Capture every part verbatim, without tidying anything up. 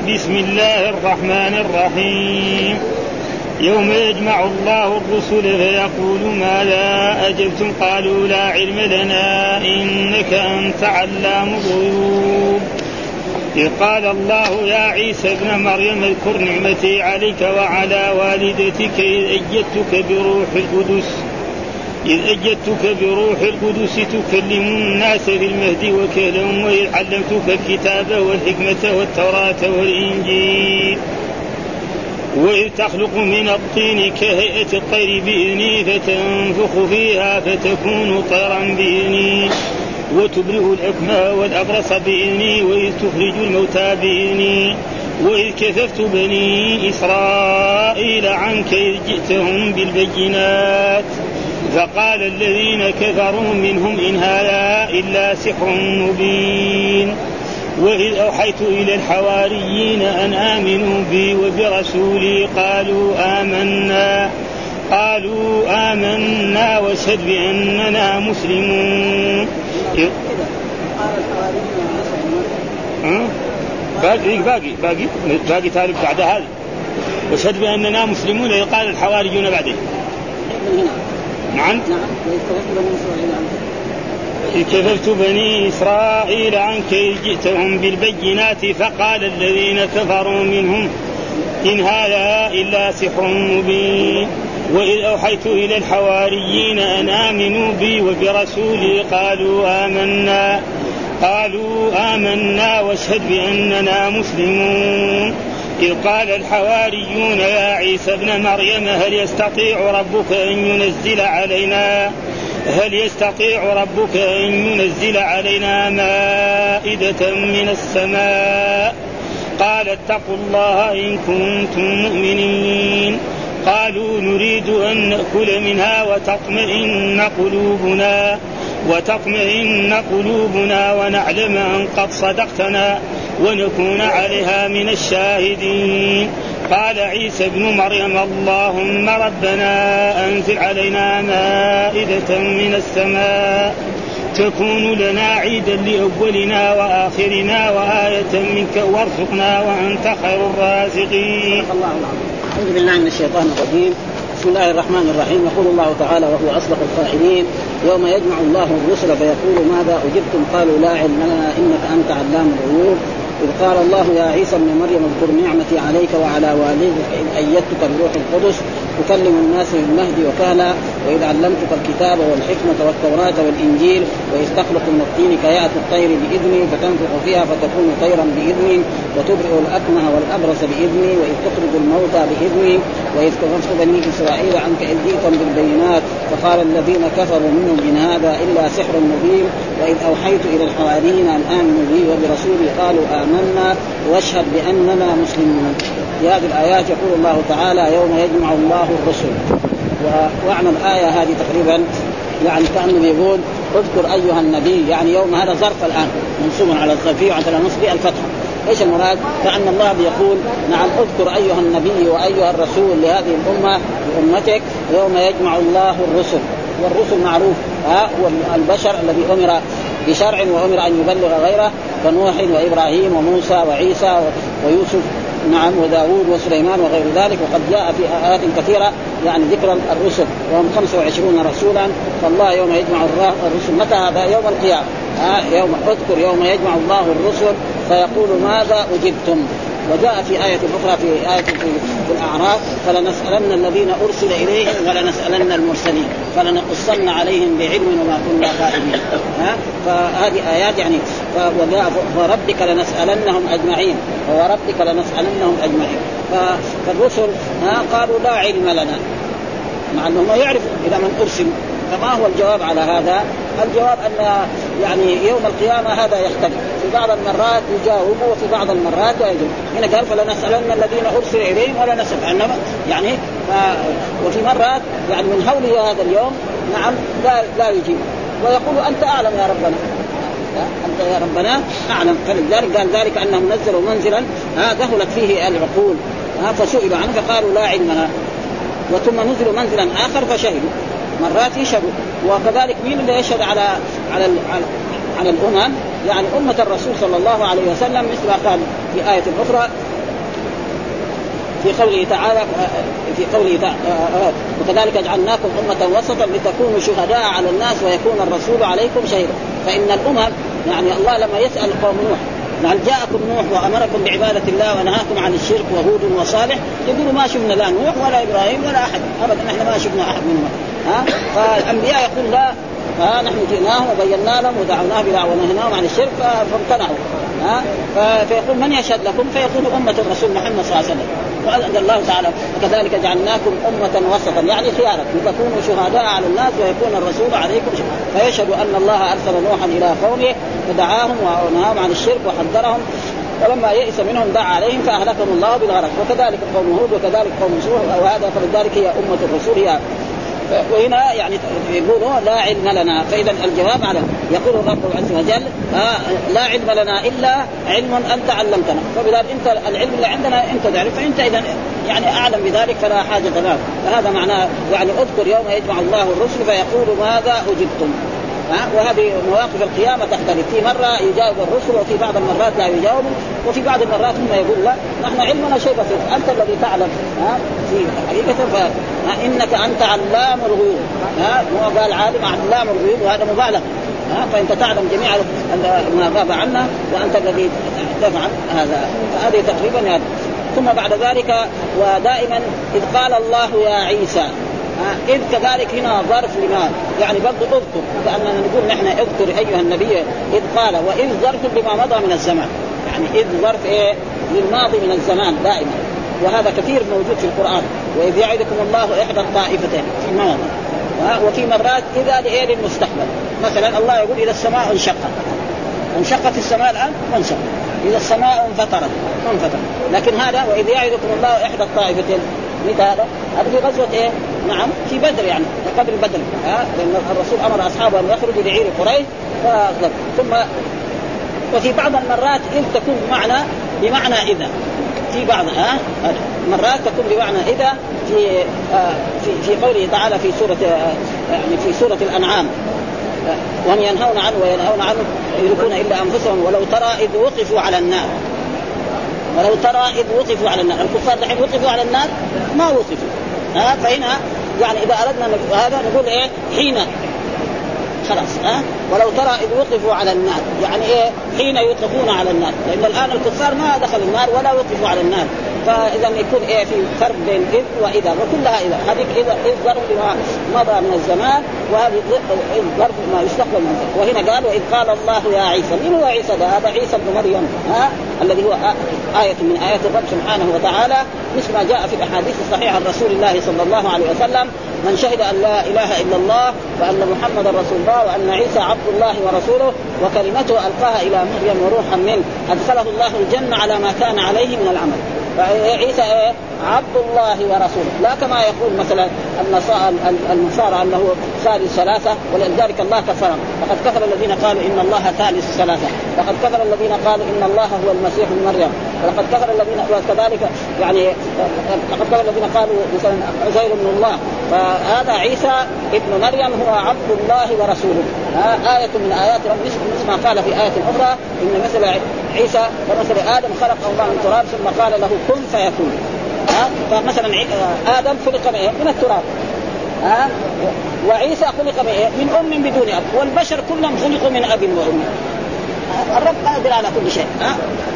بسم الله الرحمن الرحيم. يوم يجمع الله الرسل فيقول ماذا أجبتم قالوا لا علم لنا إنك أنت علام الغيوب. إذ قال الله يا عيسى ابن مريم اذكر نعمتي عليك وعلى والدتك إذ أيدتك بروح القدس إذ أيدتك بروح القدس تكلم الناس في المهد وكهلا وإذ علمتك الكتاب والحكمة والتوراة والإنجيل وإذ تخلق من الطين كهيئة الطير بإذني فتنفخ فيها فتكون طيرا بإذني وتبرئ الأكمى والأبرص بإذني وإذ تخرج الموتى بإذني وإذ كففت بني إسرائيل عنك إذ جئتهم بالبينات فقال الذين كفروا منهم إن هذا إلا سحر مبين. وإذ أوحيت إلى الحواريين أن آمنوا بي وبرسولي قالوا آمنا قالوا آمنا واشهد بأننا مسلمون. باقي باقي باقي باقي تاريخ بعد هذا واشهد بأننا مسلمون. قال الحواريون بعده نعم كففت بني إسرائيل عنك إذ جئتهم بالبينات فقال الذين كفروا منهم إن هذا إلا سحر مبين. وإذ أوحيت إلى الحواريين أن آمنوا بي وبرسولي قالوا آمنا قالوا آمنا واشهد بأننا مسلمون. إذ قال الحواريون يا عيسى ابن مريم هل يستطيع ربك أن ينزل علينا هل يستطيع ربك أن ينزل علينا مائدة من السماء قال اتقوا الله إن كنتم مؤمنين. قالوا نريد أن نأكل منها وتطمئن قلوبنا وتطمئن قلوبنا ونعلم أن قد صدقتنا ونكون عليها من الشاهدين. قال عيسى ابن مريم اللهم ربنا أنزل علينا مائدة من السماء تكون لنا عيدا لأولنا وآخرنا وآية منك وارزقنا وأنت خير الرازقين. أعوذ بالله من الشيطان الرجيم. بسم الله الرحمن الرحيم. يقول الله تعالى وهو أصدق القائلين يوم يجمع الله الرسل فيقول ماذا أجبتم قالوا لا علم لنا إنك أنت علام الغيوب. إذ قال الله يا عيسى ابن مريم اذكر نعمتي عليك وعلى والدتك إذ أيدتك بروح القدس تكلم الناس في المهد وكهلا وإذ علمتك الكتاب والحكمة والتوراة والإنجيل وإذ تخلق من الطين كهيئة الطير بإذني فتنفخ فيها فتكون طيرا بإذني وتبرئ الأكمه والأبرص بإذني وإذ تخرج الموتى بإذني وإذ كففت بني إسرائيل عنك إذ جئتم بالبينات فقال الذين كفروا منهم إن هذا إلا سحر مبين. وإذ أوحيت إلى الحواريين أن آمنوا بي وبرسولي قالوا آمنا واشهد بأننا مسلمون. في هذه الآيات يقول الله تعالى يوم يجمع الله الرسل. ومعنى الآية هذه تقريبا يعني كأنه يقول اذكر أيها النبي يعني يوم هذا ظرف الآن منصوب على الظرفية وعلى نصب الفتح. إيش المراد؟ كأن الله بيقول نعم اذكر أيها النبي وأيها الرسول لهذه الأمة لأمتك يوم يجمع الله الرسل. والرسل معروف ها هو البشر الذي أمر بشرع وأمر أن يبلغ غيره كنوح وإبراهيم وموسى وعيسى ويوسف نعم وداود وسليمان وغير ذلك. وقد جاء في آيات كثيرة يعني ذكر الرسل وهم خمسة وعشرون رسولا. فالله يوم يجمع الرسل متى هذا؟ يوم القيامة. يوم اذكر يوم يجمع الله الرسل فيقول ماذا أجبتم. وجاء في آية أخرى في آية في الأعراف فلنسألن الذين أرسل إليهم ولنسألن المرسلين فلنقصن عليهم بعلم وما كنا غائبين. ها فهذه آيات يعني فربك لنسألنهم أجمعين وربك لنسألنهم أجمعين. فالرسل ها قالوا لا علم لنا مع أنهم يعرف إذا من أرسل. فما هو الجواب على هذا؟ الجواب أن يعني يوم القيامة هذا يختلف. في بعض المرات يجاوبوا وفي بعض المرات لا يجاوب. هنا قال فلنسألن الذين أرسل إليهم ولا نسأل أنما يعني ف... وفي مرات يعني من هوله هذا اليوم نعم لا لا يجيب ويقول أنت أعلم يا ربنا أنت يا ربنا أعلم. فلذلك قال ذلك أنهم نزلوا منزلا دخلت فيه العقول فسئلوا عنه فقالوا لا علم لنا. وثم نزلوا منزلا آخر فشهدوا مرات يشهدوا. وكذلك مين اللي يشهد على على على الأمم؟ يعني أمة الرسول صلى الله عليه وسلم مثل ما قال في آية أخرى في قوله تعالى في قوله تعالى وكذلك جعلناكم أمة وسطا لتكونوا شهداء على الناس ويكون الرسول عليكم شهيدا. فإن الأمم يعني الله لما يسأل قوم نوح يعني جاءكم نوح وأمركم بعبادة الله ونهاكم عن الشرك وهود وصالح يقولوا ما شفنا لا نوح ولا إبراهيم ولا أحد أبدا نحن ما شفنا أحد منهم. ها فالأنبياء يقول لا ها نحن جئناهم وبينا لهم ودعوناهم بلا ونهيناهم عن الشرك فامتنعوا. ها فيقول من يشهد لكم فيقول أمة الرسول محمد صلى الله عليه وسلم. وأنزل الله تعالى وكذلك جعلناكم أمة وسطا يعني خيارا لتكونوا شهداء على الناس ويكون الرسول عليكم شهيدا. فيشهد أن الله أرسل نوحا إلى قومه فدعاهم ونهاهم عن الشرك وحذرهم ولما يئس منهم دعا عليهم فأهلكهم الله بالغرق. وكذلك قوم هود وكذلك قوم نوح وهذا فلذلك هي أمة الرسول هي. وهنا يعني يقولوا لا علم لنا. فإذا الجواب على يقول الرب عز وجل آه لا علم لنا إلا علم أنت علمتنا. فبذلك أنت العلم اللي عندنا أنت تعرف فأنت إذا يعني أعلم بذلك فلا حاجة لنا. فهذا معناه يعني أذكر يوم يجمع الله الرسل فيقول ماذا أجبتم. وهذه مواقف القيامة تختلف في مرة يجاوب الرسل وفي بعض المرات لا يجاوب وفي بعض المرات هم يقول لا نحن علمنا شيء بسيط أنت الذي تعلم ها في حقيقة إنك أنت علام الغيوب. ها هو قال عالم علام الغيوب وهذا مبالغ. ها فأنت تعلم جميع ما غاب عنا وأنت الذي تفعل هذا. فهذه تقريبا هذا. ثم بعد ذلك ودائما إذ قال الله يا عيسى إذ كذلك هنا ظرف لما يعني برضو اذكر لأننا نقول نحن اذكر أيها النبي إذ قال وإذ ظرف لما مضى من الزمان يعني إذ ظرف إيه للماضي من الزمان دائما. وهذا كثير موجود في القرآن وإذ يعدكم الله إحدى الطائفتين في الماضي وفي مرات إذا لإيه للمستقبل. مثلا الله يقول إذا السماء انشقت انشقت السماء الآن وانشقت إذا السماء انفطرت انفطرت. لكن هذا وإذ يعدكم الله إحدى الطائفتين مثل هذا هذا في غزوة إيه؟ نعم في بدر يعني قبل بدر. ها لأن الرسول أمر أصحابه أن يخرجوا لعير قريش ثم وفي بعض المرات إذ تكون بمعنى بمعنى إذا في بعض ها مرات تكون بمعنى إذا في آه في في قوله تعالى في سورة آه يعني في سورة الأنعام وهم ينهون عنه وينهون عنه يهلكون إلا أنفسهم ولو ترى إذ وقفوا على النار ولو ترى إذ وقفوا على النار. الكفار دحين وقفوا على النار ما وقفوا. ها فهنا يعني إذا أردنا هذا نقول إيه حين خلاص. ها ولو ترى إذ وقفوا على النار يعني إيه حين يوقفون على النار لأن الآن الكفار ما دخلوا النار ولا وقفوا على النار. فإذا يكون إيه في فرق بين إذ وإذا وكلها إذا هذه إذا إذ ظرف لما مضى من الزمان وهذه إذ ظرف ما يستقبل من ذلك. وهنا قال وإذ قال الله يا عيسى. من هو عيسى ده؟ هذا عيسى ابن مريم ها الذي هو آية من آيات الرب سبحانه وتعالى مثل ما جاء في الأحاديث الصحيحة عن رسول الله صلى الله عليه وسلم من شهد أن لا إله إلا الله وأن محمد رسول الله وأن عيسى عبد الله ورسوله وكلمته ألقاها إلى مريم وروحا منه أدخله الله الجنة على ما كان عليه من العمل. فعيسى إيه؟ عبد الله ورسوله لا كما يقول مثلا النصارى أنه ثالث ثلاثة ولذلك الله كفرهم. لقد كفر الذين قالوا إن الله ثالث ثلاثة لقد كفر الذين قالوا إن الله هو المسيح ابن مريم ولقد كفر الذين وكذلك يعني لقد كفر الذين قالوا مثلا عزير ابن الله. فهذا عيسى ابن مريم هو عبد الله ورسوله. آية من آيات رب مثل ما قال في آية أخرى إن مثل عيسى ومثل آدم خلق الله من تراب ثم قال له كن فيكون. فمثلا آدم خلق من التراب ها وعيسى خلق من أم بدون أب والبشر كلهم خلقوا من أب وأم. الرب قادر على كل شيء. ها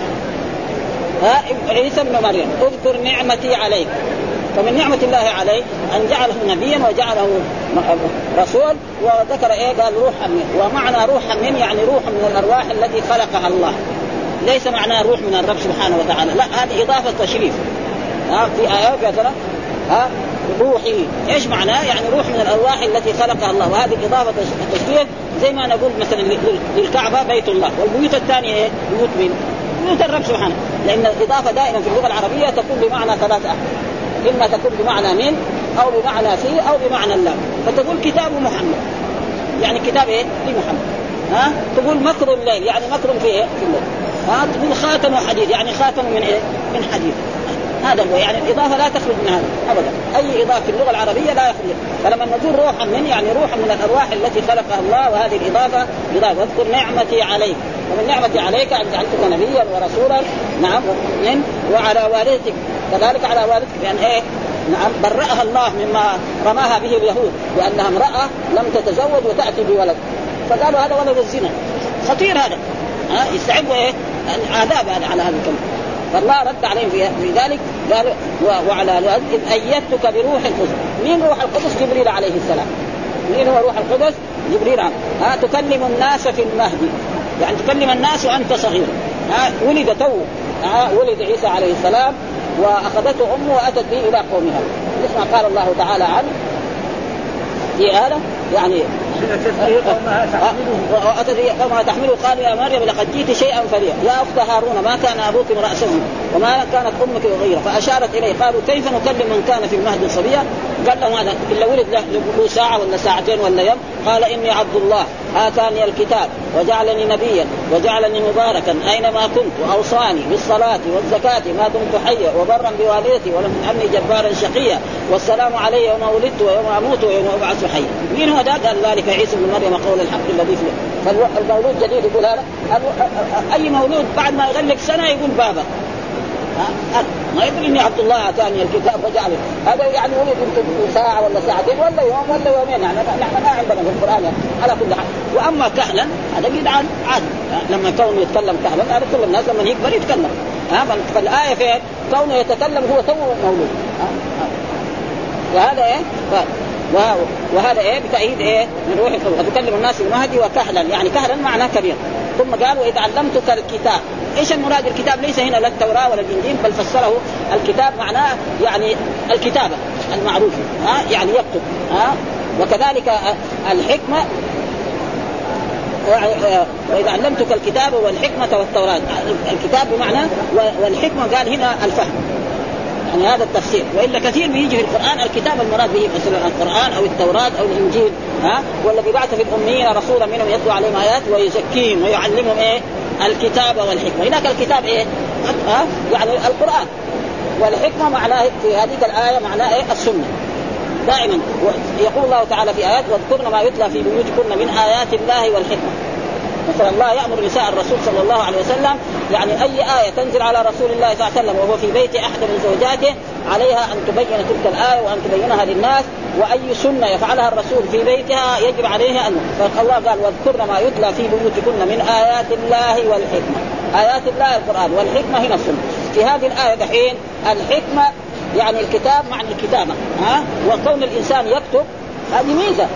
ها عيسى ابن مريم اذكر نعمتي عليك. فمن نعمة الله عليه أن جعله نبيا وجعله رسول وذكر إيه قال روحا منه. ومعنى روحا منه يعني روح من الأرواح التي خلقها الله ليس معناه روح من الرب سبحانه وتعالى لا هذه إضافة تشريف. ها في آيات مثلا ها روحي ايش معناه يعني روح من الارواح التي خلقها الله. وهذه اضافه تشريف زي ما نقول مثلا للكعبه بيت الله والبيوت الثانيه ايه بيوت من بيوت الرب سبحانه. لان الاضافه دائما في اللغه العربيه تكون بمعنى ثلاثه اما تكون بمعنى من او بمعنى في او بمعنى الله. فتقول كتاب محمد يعني كتاب ايه لمحمد. ها تقول مكر الليل يعني مكر في ايه في الليل. ها تقول خاتم حديد يعني خاتم من ايه من حديد. هذا هو يعني الإضافة لا تخرج من هذا أبدا. أي إضافة في اللغة العربية لا يخرج. فلما نقول روحا من يعني روح من الأرواح التي خلقها الله وهذه الإضافة إضافة واذكر نعمتي عليك. ومن نعمتي عليك أن جعلتك نبيا ورسولا نعم من وعلى والدتك كذلك على والدك لأن إيه نعم برأها الله مما رماها به اليهود لأنها امرأة لم تتزوج وتأتي بولد، فقالوا هذا ولد الزنا خطير هذا، ها يستحق إيه عذاب هذا على هذا الكلام. فالله رد عليهم في ذلك قال وعلى إذ أيدتك بروح القدس. مين روح القدس؟ جبريل عليه السلام. مين هو روح القدس؟ جبريل. ها تكلم الناس في المهدي، يعني تكلم الناس وأنت صغير. ها ولد تو ها ولد عيسى عليه السلام وأخذته أمه وأتت به إلى قومها، مثل ما قال الله تعالى عنه في هذا يعني وأتت قومها تحمله قالوا يا مريم لقد جئت شيئا فريا يا أخت هارون ما كان أبوك امرأ سوء وما كانت أمك بغيرا. فأشارت إليه قالوا كيف نكلم من كان في المهد صبيا؟ قال له هذا إلا ولد له ساعة ولا ساعتين ولا يوم. قال إني عبد الله آتاني الكتاب وجعلني نبيا وجعلني مباركا أينما كنت وأوصاني بالصلاة والزكاة ما دمت حيا وبرا بوالدتي ولم يجعلني جبارا شقيا والسلام علي يوم ولدت ويوم أموت ويوم أبعث حيا. مين هو ده؟ قال ذلك عيسى بن مريم قول الحق الذي فيه. فالمولود جديد يقول هذا أي مولود بعد ما يغلق سنة يقول بابا ما يدري إني عبد الله آتاني الكتاب وجعله. هذا يعني ولد يمكن ساعة ولا ساعتين ولا يوم ولا يومين، يعني نحن ما عندنا في القرآن يعني على كل حال. وأما كهلا هذا يدعى عاد لما كونه يتكلم كهلا هذا كل الناس لما يكبر يتكلم. ها فالآية فين كونه يتكلم هو تو مولود. وهذا إيه وهذا إيه بتأييد إيه من روح القدس. تكلم الناس بالمهدي وكهلا، يعني كهلا معناه كبير. ثم قالوا إذا علمتك الكتاب. إيش المراد الكتاب؟ ليس هنا لا التوراة ولا الإنجيل بل فسره الكتاب معناه يعني الكتابة المعروفة، ها يعني يكتب. ها وكذلك الحكمة وإذا علمتك الكتاب والحكمة والتوراة. الكتاب بمعنى والحكمة قال هنا الفهم، يعني هذا التفسير. وإلا كثير بيجي في القرآن الكتاب المراد به مثلا القرآن أو التوراة أو الإنجيل. ها والذي بعث في الأميين رسولا منهم يتلو عليهم آيات ويزكيهم ويعلمهم إيه الكتاب والحكمة. هناك الكتاب إيه ها يعني القرآن، والحكمة معناه في هذه الآية معناه إيه السنة دائما. يقول الله تعالى في آيات واذكرن ما يتلى في بيوتكن من آيات الله والحكمة. مثلا الله يأمر نساء الرسول صلى الله عليه وسلم يعني أي آية تنزل على رسول الله صلى الله عليه وسلم وهو في بيت أحد من زوجاته عليها أن تبين تلك الآية وأن تبينها للناس، وأي سنة يفعلها الرسول في بيتها يجب عليها أن. فالله قال واذكرن ما يتلى في بيوتكن من آيات الله والحكمة. آيات الله القرآن والحكمة هنا السنة. في هذه الآية دحين الحكمة يعني الكتاب مع الكتابة، ها وكون الإنسان يكتب هذه ميزة.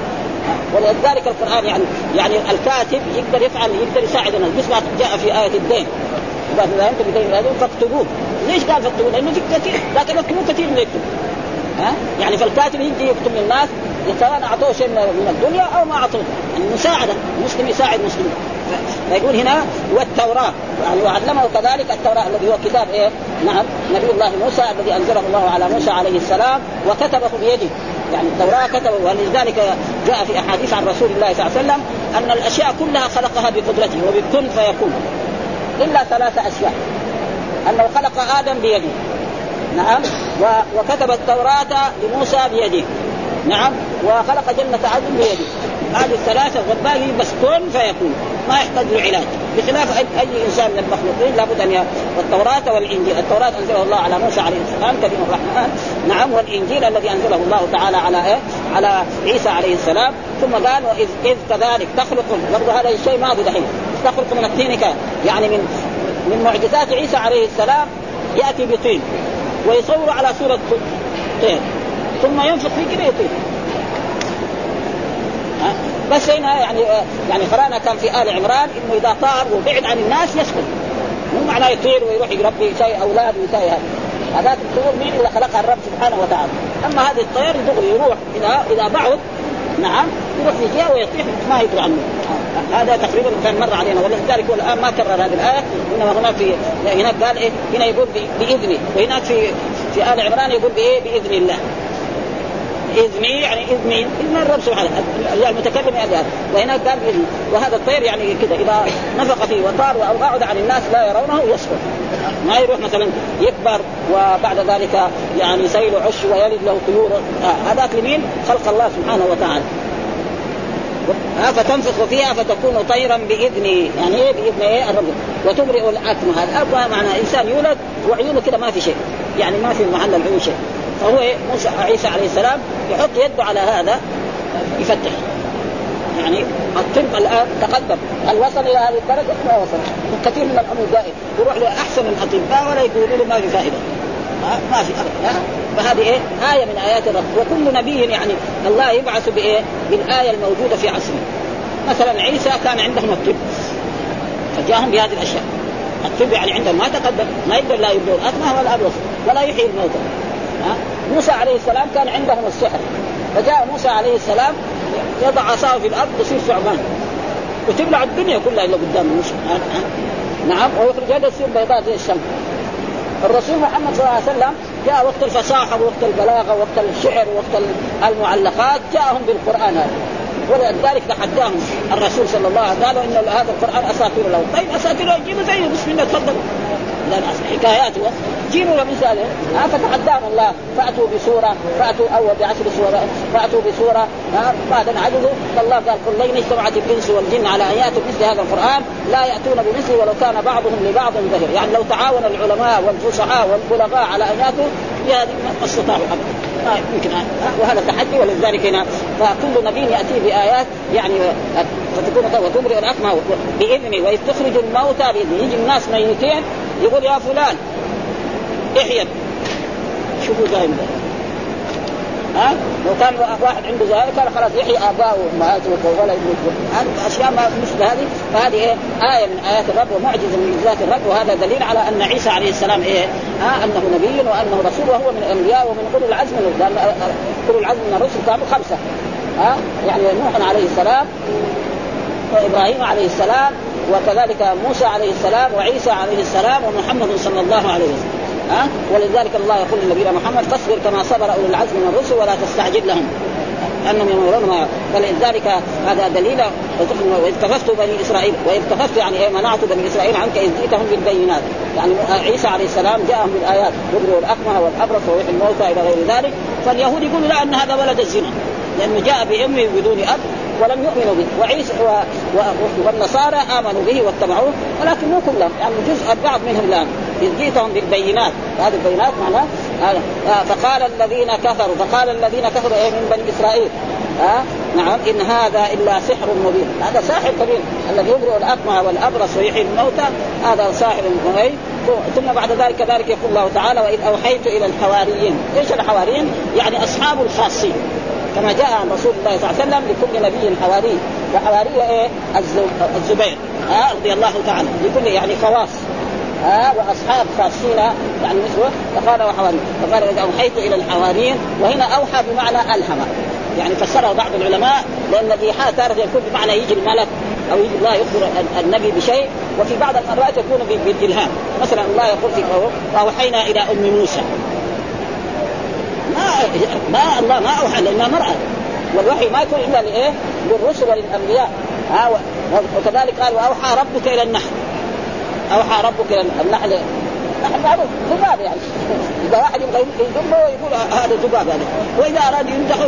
ولذلك القرآن يعني يعني الكاتب يقدر يفعل يقدر يساعد الناس. مثل ما جاء في آية الدين إذا أنتم بدين هذول فاكتبوه. ليش قال فاكتبوه؟ لأنه في كثير لكن يكتبوه كثير من يكتب. ها يعني فالكاتب يجي يكتب للناس سواء أعطوه شيء من الدنيا أو ما أعطوه، يعني مساعدة المسلم يساعد مسلم. فيقول هنا والتوراة يعني وعلمه كذلك التوراة الذي هو كتاب إيه نعم نبي الله موسى الذي أنزله الله على موسى عليه السلام وكتبه بيده. يعني التوراة كتبه. ولذلك جاء في أحاديث عن رسول الله صلى الله عليه وسلم أن الأشياء كلها خلقها بقدرته وبكن فيكون إلا ثلاثة أشياء. أنه خلق آدم بيده نعم وكتب التوراة لموسى بيده نعم وخلق جنة عدن بيده. هذه الثلاثة والباقي بس كن فيكون ما يحتاج له علاج، بخلاف أي إنسان من المخلوقين لابد أن والتوراة والإنجيل. التوراة أنزله الله على موسى عليه السلام كريم الرحمن نعم، والإنجيل الذي أنزله الله تعالى على إيه؟ على عيسى عليه السلام. ثم قال وإذ إذ كذلك تخلق برضه هذا الشيء ماضي دحين تخلق من الطين كان يعني من من معجزات عيسى عليه السلام يأتي بطين ويصور على صورة طين ثم ينفخ فيه كده يطير. بس هنا يعني يعني قرانا كان في آل عمران إنه إذا طار وبعد عن الناس يسكن، مو معناه يطير ويروح يربي شيء أولاد ويساوي هذا. هذا الطيور مين اللي خلقها الرب سبحانه وتعالى. أما هذه الطير يدغ يروح إذا إذا بعد نعم يروح في جهة ويطيح ما يدري عنه. هذا تقريبا كان مر علينا. ولذلك هو الآن ما كرر هذه الآية، إنما هناك في هناك قال إيه هنا يقول بإذنه، وهناك في في آل عمران يقول بإيه بإذن الله. إذني يعني إذنين إذن الرب سبحانه المتكلم يعني هذا. وهنا قال إذن. وهذا الطير يعني كده إذا نفق فيه وطار أو بعد عن الناس لا يرونه يسكت، ما يروح مثلا يكبر وبعد ذلك يعني يسيل عش ويلد له طيور. آه. هذا لمين؟ خلق الله سبحانه وتعالى. آه فتنفخ فيها فتكون طيرا بإذني يعني إيه بإذن إيه الرب. وتبرئ الأكمه. هذا الأكمه معنى إنسان يولد وعيونه كده ما في شيء يعني ما في محل العلو شيء. فهو إيه موسى عيسى عليه السلام يحط يده على هذا يفتح. يعني الطب الآن تقدم، هل وصل إلى هذه الدرجة؟ ما وصل. كثير من الأمور دائم يروح لأحسن من أطباء ولا يقولوا له ما في فائدة، ما في أبدا. فهذه إيه آية من آيات الرب. وكل نبي يعني الله يبعث بإيه بالآية الموجودة في عصره. مثلا عيسى كان عندهم الطب فجاءهم بهذه الأشياء. الطب يعني عندهم ما تقدم، ما يقدر لا يبدو الأكمه ولا أبرص ولا يحيي الموتى. موسى عليه السلام كان عندهم السحر، فجاء موسى عليه السلام يضع عصاه في الأرض يصير ثعبان وتبلع الدنيا كلها إلا قدام موسى. نعم. ويخرج هذا يصير بيضاء زي الشمس. الرسول محمد صلى الله عليه وسلم جاء وقت الفصاحة ووقت البلاغة ووقت الشعر ووقت المعلقات جاءهم بالقرآن هذا، ولذلك تحداهم الرسول صلى الله عليه وسلم قالوا إن هذا القرآن أساطير له. طيب أساطير له جيبوا زيه بسم الله تفضلوا، لأن حكاياته جيبوا له مثاله. فتحداهم الله فأتوا بسورة فأتوا أول بعشر سورة فأتوا بسورة. بعد أن عجزوا فالله قال قل لئن اجتمعت الإنس والجن على أن يأتوا بمثل هذا القرآن لا يأتون بمثله ولو كان بعضهم لبعض ظهير. يعني لو تعاون العلماء والفصحاء والبلغاء على أن يأتوا بهذه ما استطاعوا أبدا. يمكن وهذا تحدي. ولذلك هنا فكل نبي يأتي بآيات يعني فتكون وتبرئ الأكمه بإذنه وإذ تخرج الموتى بإذنه. يجي الناس ميتين يقول يا فلان احيا، شوفوا دائما ها لو كان واحد عنده ذلك كان خلاص يحيي آباءه وأمهاته ولا يموت. هذه أشياء ما مثل هذه. فهذه إيه آية من آيات الرب ومعجزة من معجزات الرب. وهذا دليل على أن عيسى عليه السلام إيه ها أنه نبي وأنه رسول وهو من الأنبياء ومن أولي العزم. لأن أولي العزم من الرسل كانوا خمسة ها يعني نوح عليه السلام وإبراهيم عليه السلام وكذلك موسى عليه السلام وعيسى عليه السلام ومحمد صلى الله عليه وسلم. ها ولذلك الله يقول لنبينا محمد فاصبر كما صبر أولي العزم من الرسل ولا تستعجل لهم أنهم يمرون ما. فلذلك هذا دليل. وإذ كففت بني إسرائيل وإذ كففت يعني إيه منعت بني إسرائيل عنك إذ جئتهم بالبينات. يعني عيسى عليه السلام جاءهم بالآيات يبرئ الأكمه والأبرص ويحيي الموتى إلى غير ذلك. فاليهود يقولوا لا أن هذا ولد الزنا لأنه جاء بأمه بدون أب ولم يؤمنوا به. وعيسى و... و... والنصارى آمنوا به واتبعوه ولكن مو كلهم يعني جزء البعض منهم الآن إذ جئتهم بالبينات. هذه البينات معناه فقال الذين كفروا فقال الذين كفروا إيه من بني إسرائيل ها نعم إن هذا إلا سحر مبين. هذا ساحر كبير الذي يبرئ الأكمه والأبرص ويحيي الموتى هذا ساحر مبين. ثم بعد ذلك كذلك يقول الله تعالى وإذ أوحيت إلى الحواريين. إيش الحواريين؟ يعني أصحاب الخاصين كما جاء عن رسول الله صلى الله عليه وسلم لكل نبي حواري. وحواري إيه الزبير ها رضي الله تعالى لكل يعني خواص ها واصحاب خاصين يعني مثله. فقال وحواري فقال اذا اوحيت الى الحواريين. وهنا اوحى بمعنى الهم يعني فسره بعض العلماء لان الايحاء تارة يكون بمعنى يجي الملك او يجي الله يخبر النبي بشيء وفي بعض المرات يكون بالالهام. مثلا الله يقول في قوله واوحينا الى ام موسى. ما ما الله ما اوحى لانها مرأة والوحي ما يكون الا لايه للرسل وللانبياء. ها وكذلك قال واوحى ربك الى النحل. أوحى ربك إلى النحل. نحن معروف ذباب يعني إذا واحد يبغى يذبه يقول هذا ذباب هذا. وإذا أراد يمدحه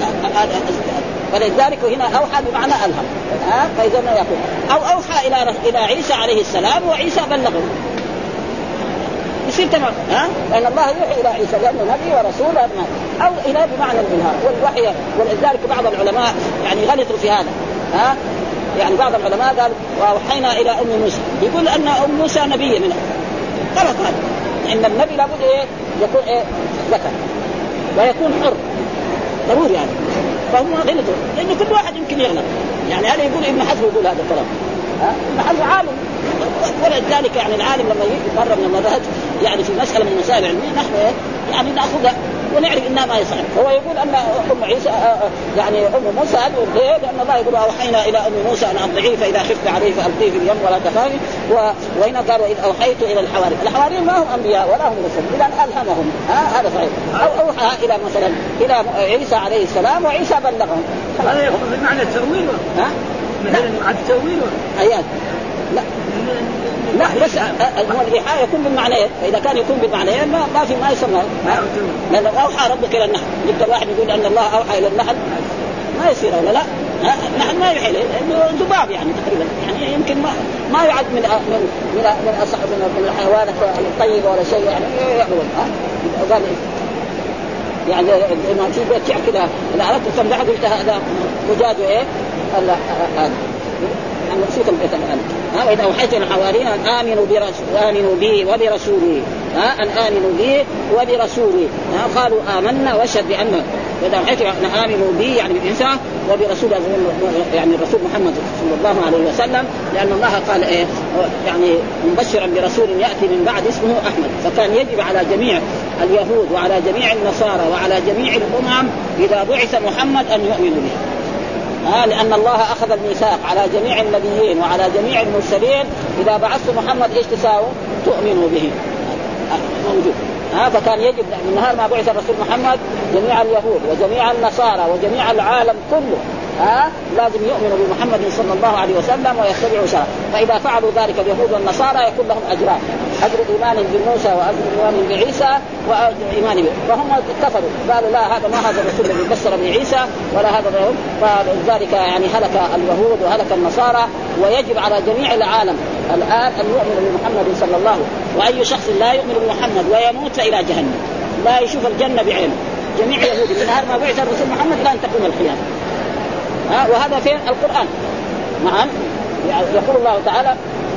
فلذلك هنا أوحى بمعنى ألهم. ها فإذا ما يقول أو أوحى إلى إلى عيسى عليه السلام وعيسى بلغه يصير تمام. ها لأن الله يوحي إلى عيسى لأنه نبي ورسول أو إلى بمعنى الإلهام والوحي. ولذلك بعض العلماء يعني غلطوا في هذا. ها يعني بعض العلماء قال وأوحينا إلى أم موسى يقول أن أم موسى نبي منها. غلط هذا. إن النبي لابد إيه يكون إيه ذكر ويكون حر ضروري يعني. فهم غلطوا لأن كل واحد يمكن يغلط. يعني هذا يقول ابن حزم يقول هذا الكلام. ها ابن حزم عالم ولذلك يعني العالم لما يجي مرة من المرات يعني في مسألة من المسائل العلمية نحن يعني نأخذها ونعرف إنها ما يصح. هو يقول أن أم عيسى يعني أم موسى ليه؟ لأن الله يقول أوحينا إلى أم موسى أن أرضعيه فإذا خفت عليه فألقيه في اليم ولا تخافي. وهنا قال وإذ أوحيت إلى الحواري. الحواري ما هم أنبياء ولا هم رسل إذا ألهمهم. ها هذا صحيح. أو أوحى إلى مثلا إلى عيسى عليه السلام وعيسى بلغهم. هذا يأخذ بمعنى التأويل. ها مثلا عاد التأويل أيات لا لا بس الإيحاء يكون بالمعنيين. فإذا كان يكون بالمعنيين ما ما في ما يسمى. لأن أوحى ربك إلى النحل. يبدأ واحد يقول أن الله أوحى إلى النحل ما يصير ولا لا. نحن ما يحل ذباب يعني تقريبا يعني يمكن ما ما يعد من من من من أصح من الحيوانات الطيبة ولا شيء يعني يعبون ها يعني ما في بيت شعر كذا إذا أردت تمدح قلت هذا مجاز إيه هذا يعني نسيت البيت الآن ها وإذا أوحيت الحواريين أن آمنوا برسول آمنوا بي وبرسولي ها أن آمنوا بي وبرسولي ها قالوا آمنا واشهد بأننا وإذا أوحيت أن آمنوا بي يعني بالإنسان وبرسول يعني الرسول محمد صلى الله عليه وسلم لأن الله قال إيه يعني مبشرا برسول يأتي من بعد اسمه أحمد فكان يجب على جميع اليهود وعلى جميع النصارى وعلى جميع الأمم إذا بعث محمد أن يؤمنوا به آه لأن الله أخذ الميثاق على جميع النبيين وعلى جميع المرسلين إذا بعثت محمد إيش تساووا تؤمنوا به آه موجود آه فكان يجب من نهار ما بعث الرسول محمد جميع اليهود وجميع النصارى وجميع العالم كله آه لازم يؤمنوا بمحمد صلى الله عليه وسلم ويتبعوا شرعه فإذا فعلوا ذلك اليهود والنصارى يكون لهم أجران أجر إيمان بموسى وأجر إيمان بعيسى وأجر إيمان به فهم كفروا قالوا لا هذا ما هذا الرسول الذي بشر بعيسى ولا هذا الرسول فلذلك يعني هلك اليهود وهلك النصارى ويجب على جميع العالم الآن أن يؤمن بمحمد صلى الله عليه وسلم وأي شخص لا يؤمن بمحمد ويموت إلى جهنم لا يشوف الجنة بعينه جميع يهود من نهار ما بعث الرسول محمد لا تقوم القيامة ها وهذا في القرآن نعم يقول الله تعالى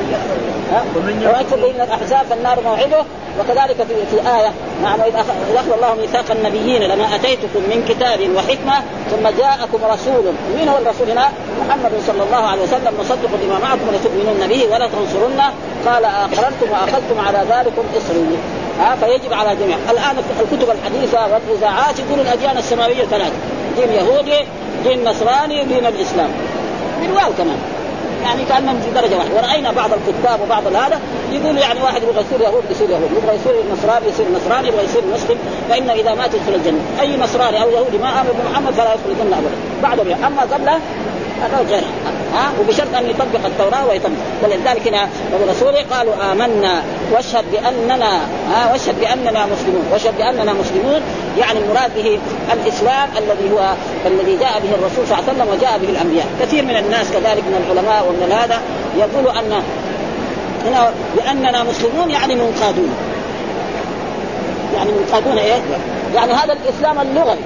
ويكتب بين الأحزاب فالنار موعده وكذلك في, في آية نعم إذا أخذ الله ميثاق النبيين لما أتيتكم من كتاب وحكمة ثم جاءكم رسول من هو الرسول هنا محمد صلى الله عليه وسلم مصدق لما معكم لتؤمنون به ولا تنصرونه قال أقررتم وأخذتم على ذلكم إصري ها فيجب على جميع الآن الكتب الحديثة والإذاعات يقول الأديان السماوية ثلاثة دين يهودي دين نصراني دين الإسلام من واو كمان يعني كأنهم في درجة واحدة ورأينا بعض الكتاب وبعض هذا يقول يعني واحد يبغى يصير يهود يصير يهود يبغى يصير نصراني يصير نصراني يبغى يصير مسلم فإنه إذا مات يدخل الجنة أي نصراني أو يهودي ما آمن بمحمد فلا يدخل الجنة أبدا بعد بها أما قبله هذا غير ها وبشرط أن يطبق التوراة ويطبق ولذلك هنا الرسول قالوا آمنا واشهد بأننا ها واشهد بأننا مسلمون واشهد بأننا مسلمون يعني المراد به الإسلام الذي هو الذي جاء به الرسول صلى الله عليه وسلم وجاء به الأنبياء كثير من الناس كذلك من العلماء ومن هذا يقولوا أن هنا بأننا مسلمون يعني منقادون يعني منقادون إيه يعني هذا الإسلام اللغوي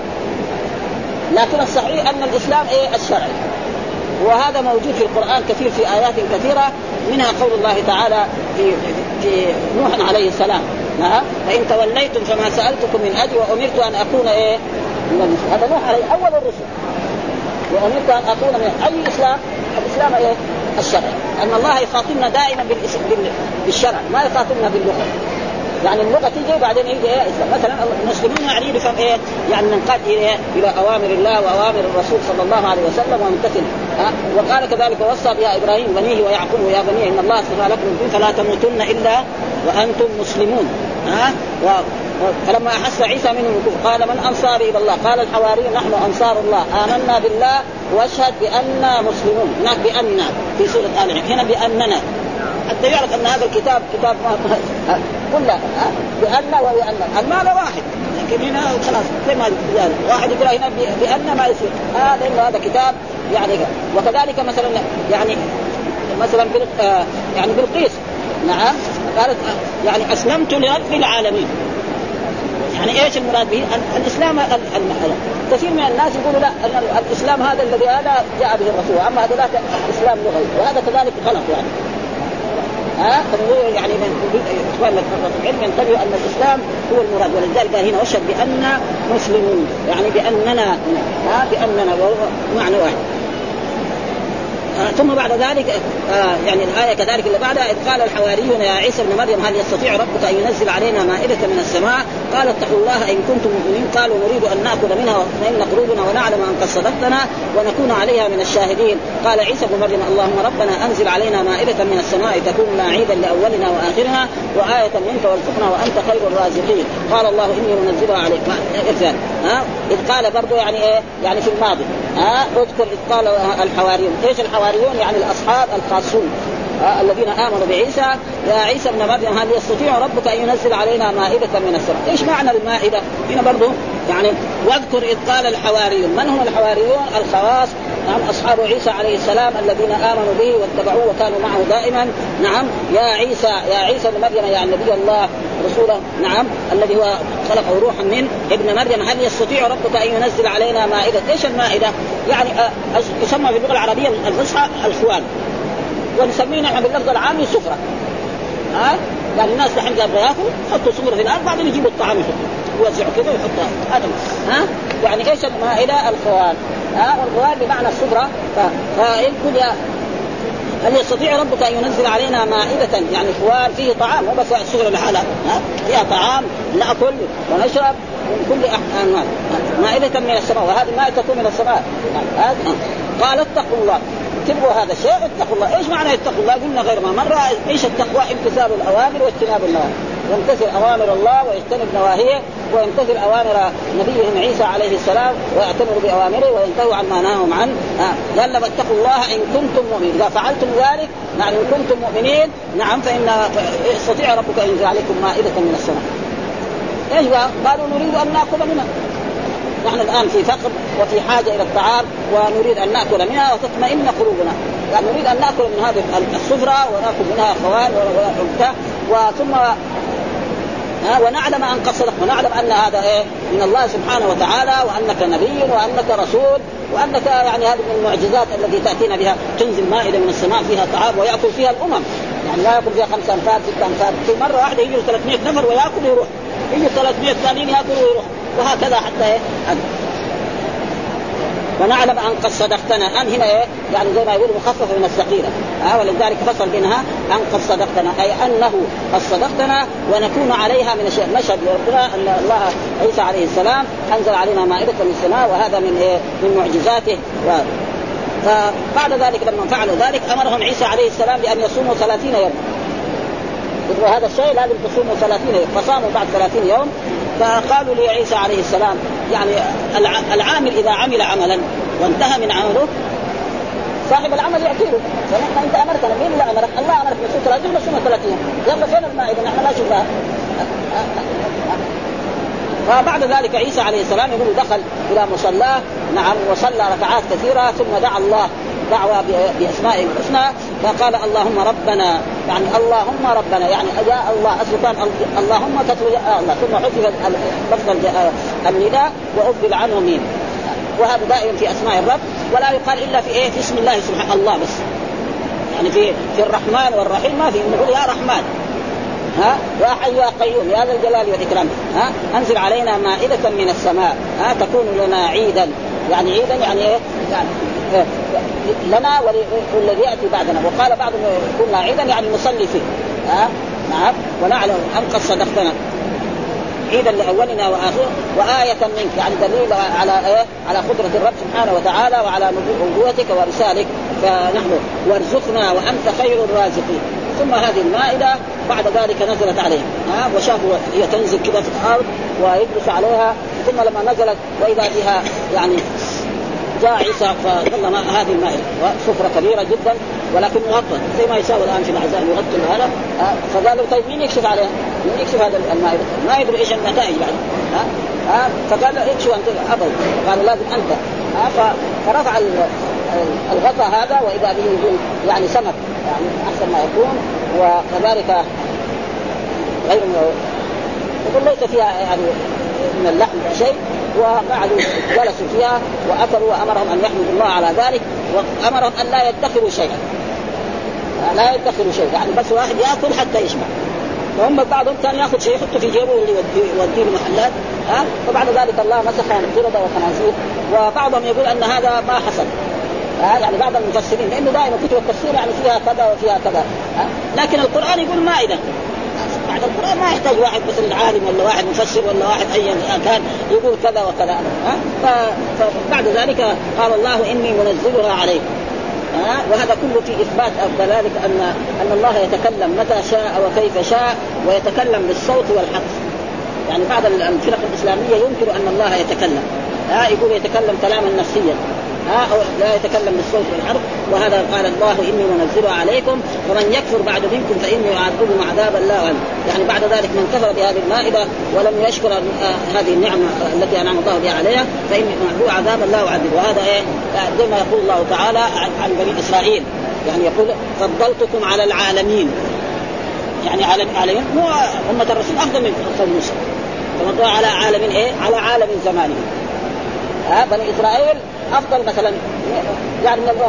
لكن الصحيح أن الإسلام إيه الشرعي وهذا موجود في القرآن كثير في آيات كثيرة منها قول الله تعالى في, في نوح عليه السلام فإن توليتم فما سألتكم من أجر وأمرت أن أكون إيه هذا نوح عليه أول الرسل وأمرت أن أكون من أي إسلام الإسلام إيه الشرعي أن الله يخاطبنا دائما بالشرع ما يخاطبنا باللغة يعني اللغة تيجي بعدين يجي إيه إسلام مثلا المسلمون يعني يفهم إيه يعني ننقاد إيه إلى أوامر الله وأوامر الرسول صلى الله عليه وسلم وممتثل ها وقال كذلك وصى بها إبراهيم بنيه ويعقوب يا بني إن الله اصطفى لكم الدين فلا تموتن إلا وأنتم مسلمون ها و... فلما أحس عيسى منهم الكفر قال من أنصاري إلى الله قال الحواريون نحن أنصار الله آمنا بالله واشهد بأننا مسلمون هناك بأننا في سورة آل عمران هنا بأننا حتى يعرف أن هذا الكتاب كتاب كله بأن وبأن المعنى واحد لكن هنا خلاص زي ما يعني واحد يقول هنا بأن ما يصير هذا إنه هذا كتاب يعني وكذلك مثلا يعني مثلا يعني بالقيس نعم قالت يعني أسلمت لرب العالمين يعني إيش المراد به الإسلام المحل كثير من الناس يقولوا لا أن الإسلام هذا الذي هذا جاء به الرسول أما هذا لا إسلام لغوي وهذا كذلك غلط يعني ها يعني من اخوان العلم ينتبهوا ان الاسلام هو المراد ولذلك هنا واشهد بان مسلمون يعني باننا ها باننا معنى واحد ثم بعد ذلك آه يعني الآية كذلك اللي بعدها إذ قال الحواريون يا عيسى ابن مريم هل يستطيع ربك أن ينزل علينا مائدة من السماء قال اتقوا الله إن كنتم مؤمنين قالوا نريد أن نأكل منها وتطمئن قلوبنا ونعلم أن قد صدقتنا ونكون عليها من الشاهدين قال عيسى ابن مريم اللهم ربنا أنزل علينا مائدة من السماء تكون لنا عيدا لأولنا وآخرنا وآية منك وارزقنا وأنت خير الرازقين قال الله إني منزلها عليك ها إذ قال برضو يعني إيه يعني في الماضي ها اذكر إذ قال الحواريون إيش الحواريون يعني الأصحاب الخاصون آه الذين آمنوا بعيسى يا عيسى ابن مريم هل يستطيع ربك أن ينزل علينا مائدة من السماء إيش معنى المائدة هنا برضو يعني واذكر إذ قال الحواريون. من هم الحواريون؟ الخواص، نعم، أصحاب عيسى عليه السلام الذين آمنوا به واتبعوه وكانوا معه دائما. نعم، يا عيسى يا عيسى ابن مريم يا نبي الله رسوله، نعم، الذي هو خلقه روحا من ابن مريم، هل يستطيع ربك أن ينزل علينا مائدة؟ إيش المائدة؟ يعني يسمى في اللغة العربية الفصحى الخوان، ونسميه نحن باللفظ العام السفرة. ها يعني الناس دحين قبل ياكلوا يحطوا سفرة في الأرض، بعدين يجيبوا الطعام يوزعوا كذا ويحطها. هذا ها يعني ايش المائدة؟ الخوان. ها والخوان بمعنى السفرة. فإن كل هل يستطيع ربك أن ينزل علينا مائدة؟ يعني خوان فيه طعام، مو بس السفرة لحالها، فيها طعام نأكل ونشرب من كل أحوال، مائدة من السماء، وهذه المائدة تكون من السماء. قال اتقوا الله، تبغوا هذا الشيء اتقوا الله. ايش معنى اتقوا الله؟ قلنا غير ما مرة. ايش التقوى؟ امتثال الأوامر واجتناب النواهي، يمتثل أوامر الله ويجتنب نواهيه، ويمتثل أوامر نبيهم عيسى عليه السلام ويعتمروا بأوامره وينتهوا عن ما نهاهم عنه. قال لما اتقوا الله إن كنتم مؤمنين، إذا فعلتم ذلك يعني إن كنتم مؤمنين، نعم، فإن يستطيع ربك أن ينزل عليكم مائدة من السماء. ايش قالوا؟ نريد أن نأكل منها، نحن الآن في فقر وفي حاجة إلى الطعام ونريد أن نأكل منها وتطمئن قلوبنا، يعني نريد أن نأكل من هذه السفرة ونأكل منها خوان ونأكل وثم ها ونعلم أن قد صدق، ونعلم أن هذا إيه من الله سبحانه وتعالى، وأنك نبي وأنك رسول وأنك يعني هذه من المعجزات التي تأتينا بها. تنزل مائدة من السماء فيها طعام ويأكل فيها الأمم، يعني لا يأكل فيها خمسة أنفار ستة أنفار، في مرة واحدة يجي ثلاثمائة نفر ويأكل ويروح، يجي ثلاثمائة ثانيين يأكل ويروح، وهكذا حتى إيه. ونعلم أن قد صدقتنا، أن هنا إيه يعني زي ما يقول مخفف من الثقيلة، ها ولذلك فصل بينها أن قد صدقتنا، أي أنه قد صدقتنا ونكون عليها من الشيء. مشهد لربنا أن الله عيسى عليه السلام أنزل علينا مائدة من السماء، وهذا من إيه من معجزاته. و... فبعد ذلك لما فعلوا ذلك أمرهم عيسى عليه السلام بأن يصوموا ثلاثين يوم، وهذا الشيء لازم تصوموا ثلاثين يوم، فصاموا بعد ثلاثين يوم. فقالوا لعيسى عليه السلام يعني العامل إذا عمل عملا وانتهى من عمله صاحب العمل يعطيه، فنحن أنت أمرتنا، مين اللي أمرك؟ الله أمرك نصوم ثلاثين نصوم ثلاثين، يلا فين المائدة؟ نحن لا شفناها. فبعد ذلك عيسى عليه السلام يقول دخل إلى مصلاه، نعم، وصلى ركعات كثيرة، ثم دعا الله دعوة بأسمائه الحسنى، فقال اللهم ربنا، يعني اللهم ربنا يعني يا الله، أصل كان اللهم كتب يا الله، ثم حذف لفظ النداء وأفضل عنه مين، وهذا دائما في أسماء الرب، ولا يقال إلا في إيه في اسم الله سبحانه الله بس، يعني في في الرحمن والرحيم ما في، نقول يا رحمن، ها يا حي يا قيوم يا ذا الجلال والإكرام، ها أنزل علينا مائدة من السماء، ها تكون لنا عيدا، يعني عيدا يعني إيه يعني لنا والذي يأتي بعدنا. وقال بعضهم كنا عيدا يعني نصلي فيه، ها نعم، ونعلم أن قد صدقتنا عيدا لأولنا وآخره وآية منك، يعني دليل على إيه على قدرة الرب سبحانه وتعالى وعلى نبوتك ورسالك، فنحن وارزقنا وأنت خير الرازقين. ثم هذه المائدة بعد ذلك نزلت عليهم، ها وشافوا هي تنزل كذا في الأرض ويجلس عليها، ثم لما نزلت وإذا بها يعني جاء عيسى فظل هذه المائدة سفرة كبيرة جدا ولكن مغطى زي ما يساوي الآن في العزاء يغطي هذا، فقالوا طيب مين يكشف عليها؟ مين يكشف هذا المائدة؟ ما يدري إيش النتائج بعد، ها ها فقال اكشف أنت أبو، قالوا لازم أنت، ها فرفع الغطاء هذا وإذا به يكون يعني سمك يعني أحسن ما يكون، وكذلك غير يقول ليس فيها يعني من اللحم شيء، وقعدوا جلسوا فيها وأكلوا، وأمرهم أن يحمدوا الله على ذلك، وأمرهم أن لا يدخروا شيئا، لا يدخروا شيئا، يعني بس واحد يأكل حتى يشبع، وهم بعضهم كان يأخذ شيء يحطه في جيبه اللي يوديه المحلات، ها فبعد ذلك الله مسخ عن القردة والخنازير، وبعضهم يقول أن هذا ما حصل، ها يعني بعض المفسرين لأنه دائما كتب التفسير يعني فيها كذا وفيها كذا، ها لكن القرآن يقول مائدة، بعد القرآن ما يحتاج واحد مثل عالم ولا واحد مفسر ولا واحد أي كان يقول كذا وكذا، ها فبعد ذلك قال الله إني منزلها عليكم، ها وهذا كله في إثبات ذلك أن أن الله يتكلم متى شاء وكيف شاء، ويتكلم بالصوت والحرف. يعني بعض الفرق الإسلامية ينكر أن الله يتكلم، ها يقول يتكلم كلاما نفسيا، ها أو لا يتكلم بالصوت والحرف. وهذا قال الله إني منزلها عليكم ومن يكفر بعد منكم فإني أعذبه عذابا لا أعلم. يعني بعد ذلك من كفر بهذه المائدة ولم يشكر هذه النعمة التي أنعم الله بها عليها فإني أعذبه عذابا لا أعذب. وهذا إيه زي ما يقول الله تعالى عن بني إسرائيل، يعني يقول فضلتكم على العالمين، يعني على العالمين مو أمة الرسول أفضل من قوم موسى، فمضوا على عالمين إيه على عالم زمانه. ها بني إسرائيل أفضل مثلا يعني من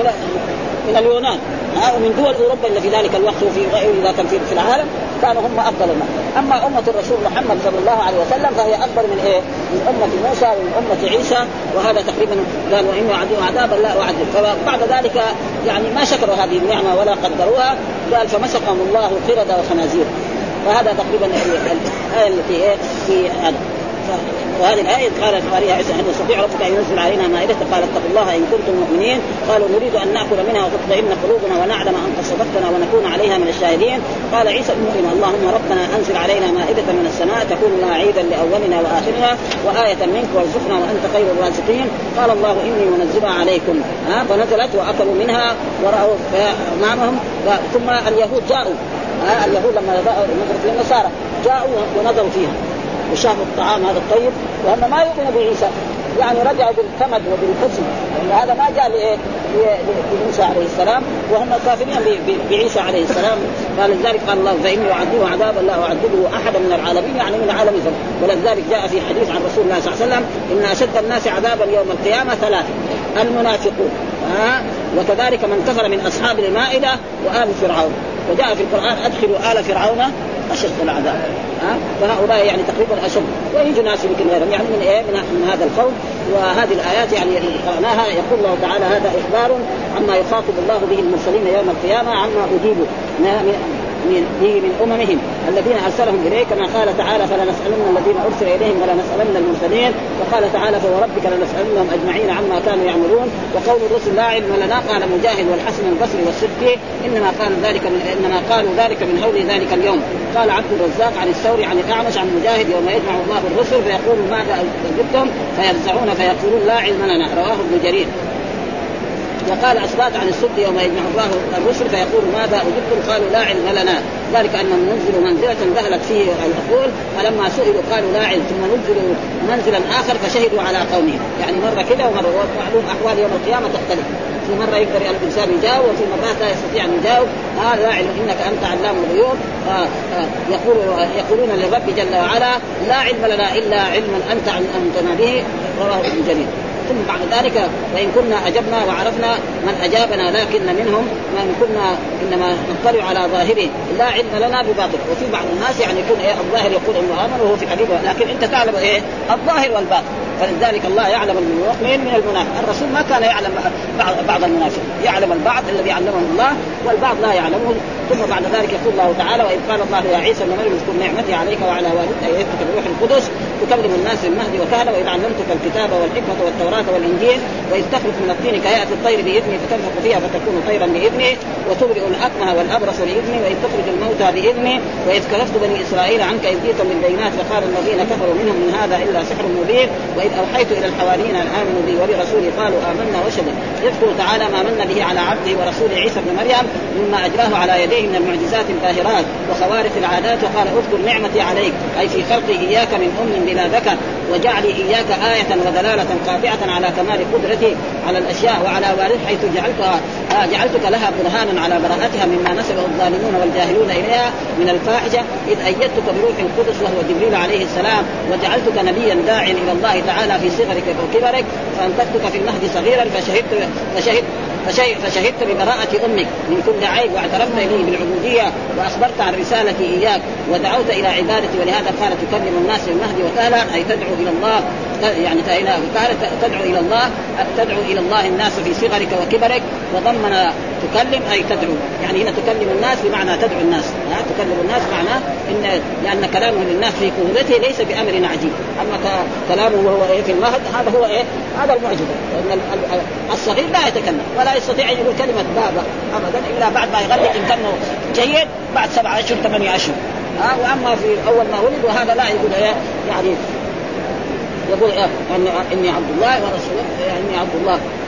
من اليونان ومن دول أوروبا اللي في ذلك الوقت وفي غير ذاك في العالم كانوا هم أفضل منه. أما أمة الرسول محمد صلى الله عليه وسلم فهي أفضل من إيه من أمة موسى ومن أمة عيسى. وهذا تقريبا قال وإنه عذب عذابا لا أعذب. فبعد ذلك يعني ما شكروا هذه النعمة ولا قدروها، قال فمسقهم الله قردة وخنازير. فهذا تقريبا الآية التي إيه في هذا. وهذه الآية قالت ماريا عيسى أن يستطيع ربك أن ينزل علينا مائدة، قال اتقوا الله إن كنتم مؤمنين. قالوا نريد أن نأكل منها وتطمئن قلوبنا ونعلم أن قد صدقتنا ونكون عليها من الشاهدين. قال عيسى ابن مريم اللهم ربنا أنزل علينا مائدة من السماء تكون لنا عيدا لأولنا وآخرنا وآية منك وارزقنا وأنت خير الرازقين. قال الله إني منزلها عليكم. ها فنزلت وأكلوا منها ورأوا أمامهم. ثم اليهود جاءوا، ها اليهود لما نزلت النصارى جاءوا ونظروا فيها وشافوا الطعام هذا الطيب وهم ما يؤمنوا بعيسى، يعني رجعوا بالكمد وبالحزن لأن هذا ما جاء لموسى عليه السلام وهم كافرين بعيسى عليه السلام. فلذلك قال الله فإني أعذبه عذابا لا أعذبه أحدا من العالمين، يعني من عالم الزمن. ولذلك جاء في حديث عن رسول الله صلى الله عليه وسلم إن أشد الناس عذابا يوم القيامة ثلاثة: المنافقون، ها وكذلك من كفر من أصحاب المائدة وآل فرعون. وجاء في القرآن أدخلوا آل فرعون أشد العذاب. ها فهؤلاء يعني تقريبا أشد ويجوا ناس يمكن غيرهم يعني من إيه من, من هذا القوم. وهذه الآيات يعني قرأناها يقول الله تعالى هذا إخبار عما يخاطب الله به المرسلين يوم القيامة عما أجيبوا من من أممهم الذين أرسلهم إليه، كما قال تعالى فلنسألن الذين أرسل إليهم ولا نسألن المرسلين. وقال تعالى فوربك لنسألنهم أجمعين عما كانوا يعملون. وقول الرسل لا علم لنا قال مجاهد والحسن البصري والصدقي إنما قال ذلك من إنما قالوا ذلك من هول ذلك اليوم. قال عبد الرزاق عن الثوري عن الأعمش عن مجاهد يوم يجمع الله الرسل فيقول ماذا أجبتم فيرجعون فيقولون لا علم لنا. رواه ابن جرير. وقال أسباط عن السد يوم يجمع الله الرسل فيقول ماذا أجبتم قالوا لا علم لنا، ذلك أن ننزل منزلة ذهلت فيه العقول فلما سئلوا قالوا لا علم ثم ننزل منزلا آخر فشهدوا على قومهم. يعني مرة كده ومرة معلوم أحوال يوم القيامة تختلف، في مرة يقدر الإنسان يجاوب وفي مرات لا يستطيع أن يجاوب. آه لا علم إنك أنت علام الغيوب. آه آه يقول يقولون للرب جل وعلا لا علم لنا إلا علما أنت أنتنا به. رواه ابن جرير. ثم بعد ذلك وإن كنا أجبنا وعرفنا من أجابنا لكن منهم من كنا إنما نطلع على ظاهره لا علم لنا بباطل. وفي بعض الناس يعني يكون إيه الظاهر يقول إنه آمن وهو في قلبه، لكن أنت تعلم إيه الظاهر والباطن. فلذلك الله يعلم المؤمن من المنافق. الرسول ما كان يعلم بعض, بعض المنافق، يعلم البعض الذي علمه الله والبعض لا يعلمه. ثم بعد ذلك يقول الله تعالى وإذ قال الله يا عيسى ابن مريم اذكر نعمتي عليك وعلى والدتك إذ أيدتك بروح القدس تكلم الناس بالمهد وكهلا وإذ علمتك الكتاب والحكمة والتوراة والإنجيل وإذ تخلق من الطين كهيئة الطير بإذني فتنفخ فيها فتكون طيرا بإذني وتبرئ الأكمه والأبرص بإذني وإذ تخرج الموتى بإذني وإذ كلفت بني إسرائيل عنك إذ جئتم بالبينات فقال الذين كفروا منهم من هذا إلا سحر مبين وإذ أوحيت إلى الحواريين أن آمنوا بي وبرسولي قالوا آمنا وشهدوا. يذكر تعالى ما من به على عبده ورسوله عيسى بن مريم مما أجراه على يديه من المعجزات الباهرات وخوارق العادات. وقال اذكر نعمتي عليك أي في خلقي إياك من أم بلا ذكر وجعلي إياك آية ودلالة قاطعة على كمال قدرتي على الأشياء وعلى والد حيث جعلتها آه جعلتك لها برهانا على براءتها مما نسبه الظالمون والجاهلون إليها من الفاحشة إذ أيدتك بروح القدس وهو جبريل عليه السلام وجعلتك نبيا داعيا إلى الله تعالى في صغرك وكبرك فأنتجتك في المهد صغيرا فشهدت فشهدت فشهدت ببراءة أمك من كل عيب واعترفت إليه بالعبودية وأخبرت عن رسالتي إياك ودعوت إلى عبادتي ولهذا قال تكلم الناس في المهد وكهلا أي تدعو إلى الله يعني قال تدعو إلى الله تدعو إلى الله الناس في صغرك وكبرك وضمن تكلم أي تدعو يعني هنا تكلم الناس بمعنى تدعو الناس ها تكلم الناس معناه إن لأن كلامه للناس في كهولته ليس بأمر عجيب. أما كلامه وهو إيه في المهد هذا هو إيه هذا المعجزة لأن الصغير لا يتكلم ولا يستطيع أن يقول كلمة بابا أبدا إلا بعد ما يغلق إن كان جيد بعد سبعة أشهر ثمانية أشهر ها وأما في أول ما ولد وهذا لا يقول إيه يعني يقول إيه إني عبد الله ورسوله إني عبد الله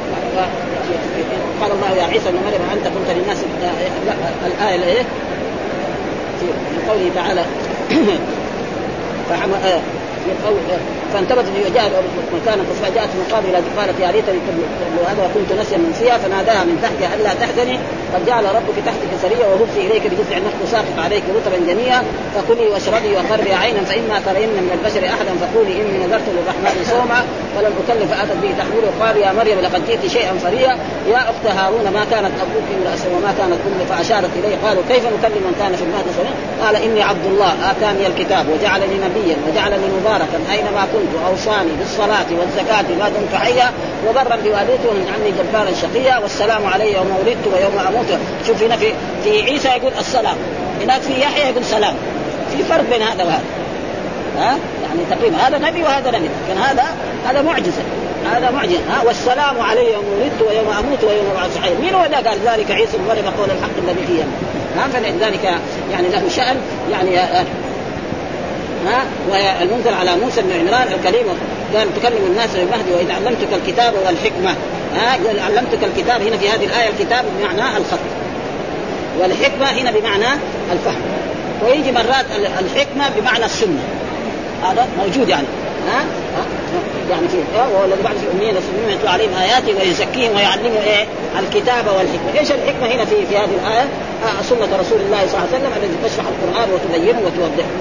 قال الله يا عيسى ابن مريم أنت قلت للناس الآية الآية من قوله تعالى فحم... آه فانتبت وجاءت مكانا فجاءت من قبل قالت يا ليتني كنت هذا وكنت نسيا منسيا فناداها من تحتها الا تحزني قد جعل ربك تحتك سريا وهزي اليك بجذع النخل ساقط عليك رطبا جنيا فكلي واشربي وقري عينا فاما ترين من البشر احدا فقولي اني نذرت للرحمن صوما فلن اكلف اتت به تحمله قال يا مريم لقد جئت شيئا فريا يا اخت هارون ما كانت ابوك امرأ وما كانت امك فاشارت اليه قالوا كيف نكلم من كان في المهد صبيا قال اني عبد الله اتاني الكتاب وجعلني نبيا وجعلني مباركا اينما كنت اوصاني بالصلاه والزكاه ما دمت حيا وبرا بوالدتي ومن عني جبارا شقيا والسلام علي يوم ولدت ويوم اموت. شوف هنا في في عيسى يقول السلام، هناك في يحيى يقول سلام، في فرق بين هذا وهذا ها يعني تقريبا هذا نبي وهذا نبي، لكن هذا هذا معجزه هذا معجزه ها والسلام علي يوم ولدت ويوم اموت ويوم ابعث حيا. مين هو قال ذلك؟ عيسى بن مريم قول الحق الذي فيه ها فلذلك يعني له شأن يعني ها والمنزل على موسى بن عمران الكريم قال تكلم الناس بالمهد واذا علمتك الكتاب والحكمه ها علمتك الكتاب هنا في هذه الايه الكتاب بمعنى الخط والحكمه هنا بمعنى الفهم ويجي مرات الحكمه بمعنى السنه هذا موجود يعني ها يعني في والذي بعد في الأميين السنين يتلو عليهم آياته ويزكيهم ويعلمهم إيه الكتاب والحكمة. إيش الحكمة هنا في في هذه الآية؟ آه سنة رسول الله صلى الله عليه وسلم الذي تشرح القرآن وتبينه وتوضحه.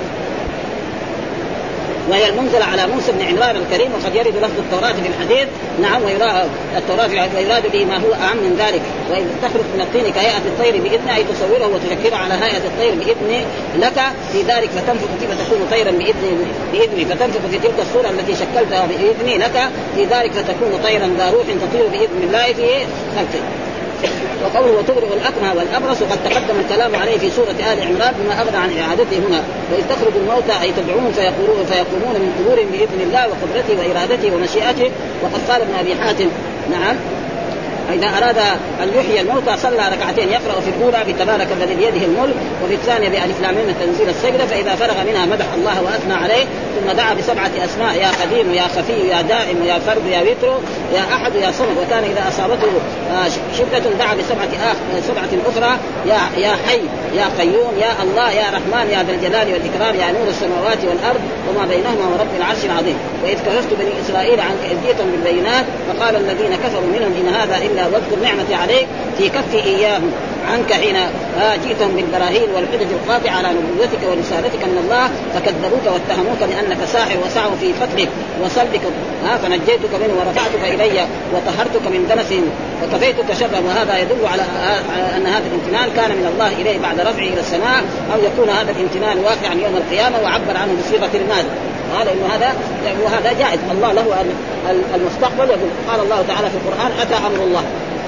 وهي المنزلة على موسى بن عمران الكريم وقد يرد لفظ التوراة في الحديث نعم ويراد التوراة ويراد به ما هو أعم من ذلك وإذ تخرج من الطين كهيئة الطير بإذنه أي تصوره وتشكله على هيئة الطير بإذنه لك في ذلك فتنفخ فيه فتكون طيرا بإذنه بإذنه فتنفخ في تلك الصورة التي شكلتها بإذنه لك في ذلك فتكون طيرا ذا روح تطير بإذن الله في خلقه. وقوله وتبرئ الأكمه والأبرص وقد تقدم الكلام عليه في سورة آل عمران بما أغنى عن إعادته هنا. وإذ تخرج الموتى أي تدعوهم فيقولون فيقومون من قبورهم بإذن الله وقدرته وإرادته ومشيئته. وقد قال ابن أبي حاتم نعم إذا أراد أن يحيي الموتى صلى ركعتين يقرأ في الأولى بتبارك الذي بيده الملك وفي الثانية بألف لام ميم تنزيل السجدة فإذا فرغ منها مدح الله وأثنى عليه ثم دعا بسبعة أسماء يا قديم يا خفي يا دائم يا فرد يا وتر يا أحد يا صمد. وكان إذا أصابته شدة دعا بسبعة آخ سبعة أخرى يا يا حي يا قيوم يا الله يا رحمن يا ذا الجلال والإكرام يا نور السماوات والأرض وما بينهما ورب العرش العظيم. وإذ كفرت بني إسرائيل عنك إذ جئتم بالبينات فقال الذين كفروا منهم إن هذا إلا واذكر نعمتي عليك في كف إياهم عنك حين جئتهم بالبراهين والحجج القاطعة على نبوتك ورسالتك من الله فكذبوك واتهموك بأنك ساحر وسعوا في قتلك وصلبك فنجيتك منه ورفعتك إلي وطهرتك من دنسهم وكفيتك شرا. وهذا يدل على أن هذا الامتنان كان من الله إليه بعد رفعه إلى السماء أو يكون هذا الامتنان واقعا يوم القيامة وعبر عنه بصيغة الماضي. هذا إنه هذا وهذا جائز. الله له المستقبل يقول قال الله تعالى في القرآن أتى أمر الله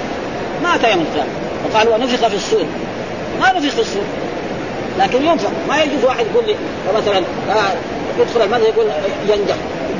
ما أتى يوم القيامة وقال ونفخ في الصور ما نفخ في الصور لكن ينفخ. ما يجوز واحد يقول لي مثلا آه يدخل المدرسة يقول ينجح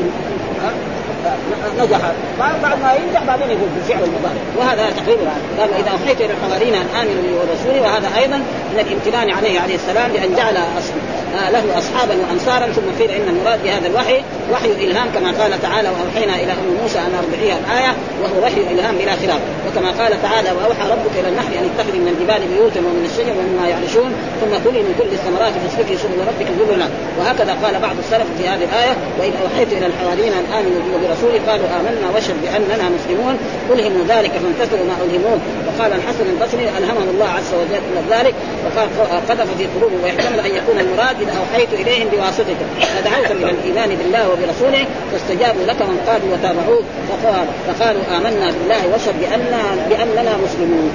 آه نجح بعد ما ينجح بعدين يقول بالفعل المضارع وهذا تقريبا. قال إذا أوحيت إلى الحواريين أن آمنوا به ورسوله وهذا أيضا من الامتنان عليه عليه السلام لأن جعل له أصحابا وأنصارا. ثم قيل إن المراد بهذا الوحي وحي إلهام كما قال تعالى وأوحينا إلى أم موسى أن أرضعيها الآية وهو وحي إلهام إلى خلاف. وكما قال تعالى وأوحى ربك إلى النحل أن اتخذي من الجبال بيوتا ومن الشجر ومما يعرشون ثم كلي من كل الثمرات فاسلكي سبل ربك ذللا. وهكذا قال بعض السلف في هذه الآية وإذ أوحيت إلى الحواريين أن آمنوا به وبرسوله قالوا آمنا واشهد بأننا مسلمون ألهموا ذلك فامتثلوا ما ألهموه. وقال الحسن البصري ألهمه الله عز وجل ذلك وقال قذف في قلوبهم ويحتمل أن يكون المراد إذا أوحيت إليهم بواسطك فدعوتهم إلى الإيمان بالله وبرسوله فاستجابوا لك وانقادوا وتابعوه فقال فقالوا آمنا بالله واشهد بأننا بأننا مسلمون.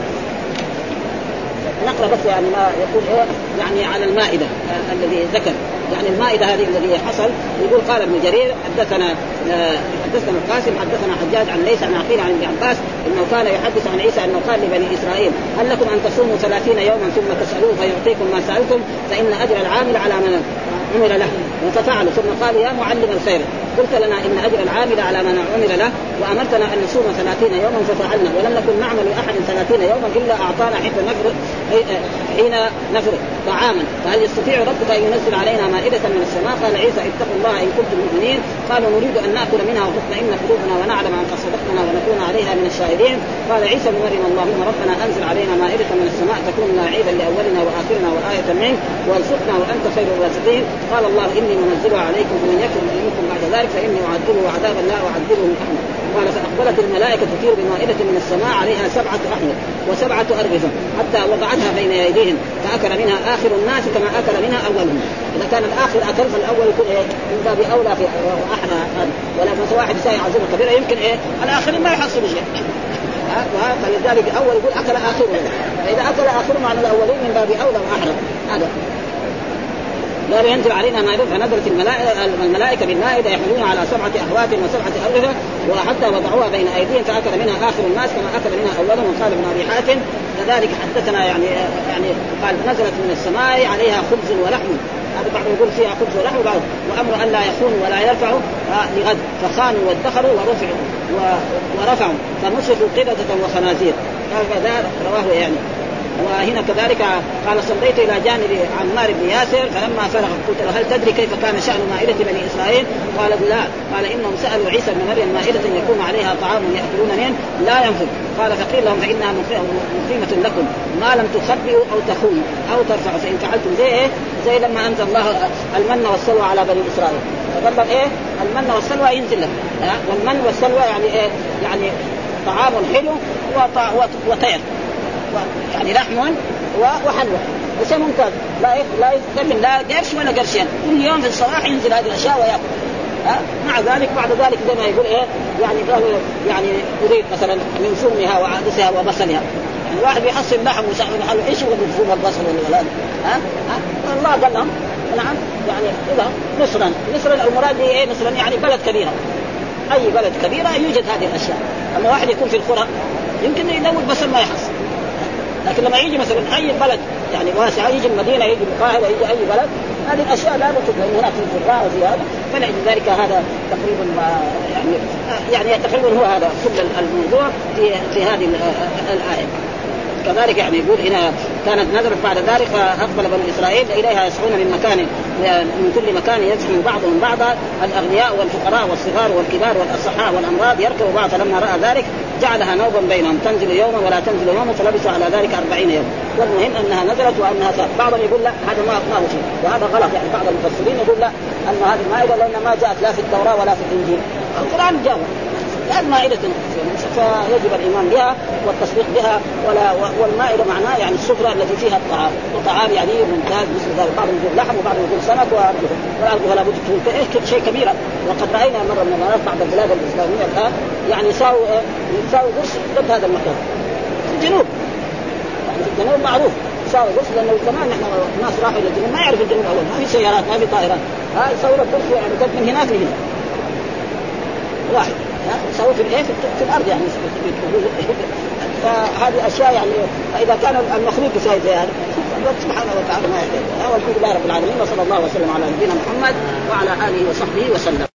نقرأ بس يعني ما يقول إيه يعني على المائدة آه الذي ذكر يعني المائدة هذه الذي حصل. يقول قال ابن جرير حدثنا آه حدثنا القاسم حدثنا حجاج عن ليس عن عقيل عن ابن عباس انه كان يحدث عن عيسى انه قال لبني اسرائيل هل لكم ان تصوموا ثلاثين يوما ثم تسالوه فيعطيكم ما سالتم فان اجر العامل على من عمل له. ففعلوا ثم قال يا معلم الخير قلت لنا إن أجر العامل على ما عمل له، وأمرتنا أن نصوم ثلاثين يوما ففعلنا، ولم نكن نعمل لأحد ثلاثين يوما إلا أعطانا حين نفرق حين نفرق طعاما، فهل يستطيع ربك أن ينزل علينا مائدة من السماء؟ قال عيسى اتقوا الله إن كنتم مؤمنين. قالوا نريد أن نأكل منها وتطمئن قلوبنا ونعلم أن قد صدقتنا ونكون عليها من الشاهدين. قال عيسى بن مريم اللهم ربنا أنزل علينا مائدة من السماء تكون لنا عيدا لأولنا وآخرنا وآية منك وارزقنا وأنت خير الرازقين. قال الله إني منزلها عليكم فمن يكفر منكم بعد ذلك فإني أعذبه عذابا لا أعذبه من أحد. قال فأقبلت الملائكة تطير بمائدة من السماء عليها سبعة أحمر وسبعة أرغفة حتى وضعتها بين يديهم فأكل منها آخر الناس كما أكل منها أولهم. إذا كان الآخر أكل فالأول يكون إيه من باب أولى في أحد، ولا مثل واحد ساي عزيمة كبيرة يمكن إيه الآخرين ما يحصل شيء، فلذلك أول يقول أكل آخر، فإذا أكل آخر مع الأولين من باب أولى وأحرى. هذا لا ينزل علينا مائدة، فنزلت الملائكة, الملائكة بالمائدة يحملون على سبعة أحوات وسبعة أرغفة وحتى وضعوها بين أيديهم فأكل منها آخر الناس كما أكل منها أولهم. وقال ابن أبي حاتم كذلك حدثنا يعني يعني قال نزلت من السماء عليها خبز ولحم، هذا بعض يقول فيها خبز ولحم، بعض وأمر أن لا يخونوا ولا يرفعوا لغد فخانوا وادخروا ورفعوا ورفعوا فنصفوا قردة وخنازير. هذا رواه يعني. وهنا كذلك قال صليت إلى جانب عمار بن ياسر فلما فرغ قلت له هل تدري كيف كان شأن مائدة بني إسرائيل؟ قال لا. قال إنهم سألوا عيسى بن مريم مائدة يكون عليها طعام يأكلون منه لا ينفذ. قال فقيل لهم فإنها مقيمة لكم ما لم تخبئوا أو تخونوا أو ترفعوا فإن فعلتم زي إيه زي لما أنزل الله المن والسلوى على بني إسرائيل فقال إيه المن والسلوى ينزل لك، والمن والسلوى يعني إيه يعني طعام حلو وطير يعني لحم وحلوى بس ممتاز لا لا يستلم لا قرش ولا قرشين، كل يوم في الصباح ينزل هذه الأشياء ويأكل. ها مع ذلك بعد ذلك زي ما يقول إيه يعني يعني يريد مثلا من فمها وعدسها وبصلها، يعني واحد بيحصل لحم وسحب محل إيش هو بالفم البصل ولا ها ها الله قال لهم نعم يعني إذا مصرا مصرا المراد إيه مصرا يعني بلد كبيرة، أي بلد كبيرة يوجد هذه الأشياء. أما واحد يكون في القرى يمكن يدور بصل ما يحصل، لكن لما يجي مثلا أي بلد يعني واسع يجي المدينة يجي القاهرة يجي أي بلد هذه الأشياء لا توجد هناك في القرى وفي هذا، فلذلك هذا تقريبا ما يعني يعني تقريبا هو هذا كل الموضوع في في هذه الآية. كذلك يعني يقول هنا كانت نزلت بعد ذلك فأقبل بنو إسرائيل إليها يسعون من مكان من كل مكان يزحم بعضهم بعضا الأغنياء والفقراء والصغار والكبار والأصحاء والأمراض يركب بعض. فلما رأى ذلك جعلها نوبا بينهم تنزل يوما ولا تنزل يوما فلبثوا على ذلك أربعين يوم. والمهم أنها نزلت وأنها ثابت. بعضهم يقول لا هذا ما ما هو شيء وهذا غلط، يعني بعض المفسرين يقول لا أن هذه المائدة لأن ما جاءت لا في التوراة ولا في الإنجيل، القرآن جاء هذه مائدة فيجب الإيمان بها والتصديق بها. ولا والمائدة معناه يعني السفرة التي فيها الطعام، وطعام يعني ممتاز مثل ذلك، بعض يقول لحم وبعض يقول سمك وأرجه والأرجه لا بد تكون شيء كبيرة. وقد رأينا مرة من المرات بعض البلاد الإسلامية الآن يعني يساوي يساوي قرش ضد هذا المكان في الجنوب، يعني في الجنوب معروف يساوي قرش لأنه كمان نحن الناس راحوا إلى الجنوب ما يعرف الجنوب أول ما في سيارات ما في طائرات، ها يساوي لك قرش يعني قد من هناك لهنا واحد يسوي في الايه في الارض يعني. فهذه اشياء يعني اذا كان المخلوق يسوي زي هذا سبحانه وتعالى ما يحتاج. والحمد لله رب العالمين وصلى الله وسلم على نبينا محمد وعلى اله وصحبه وسلم.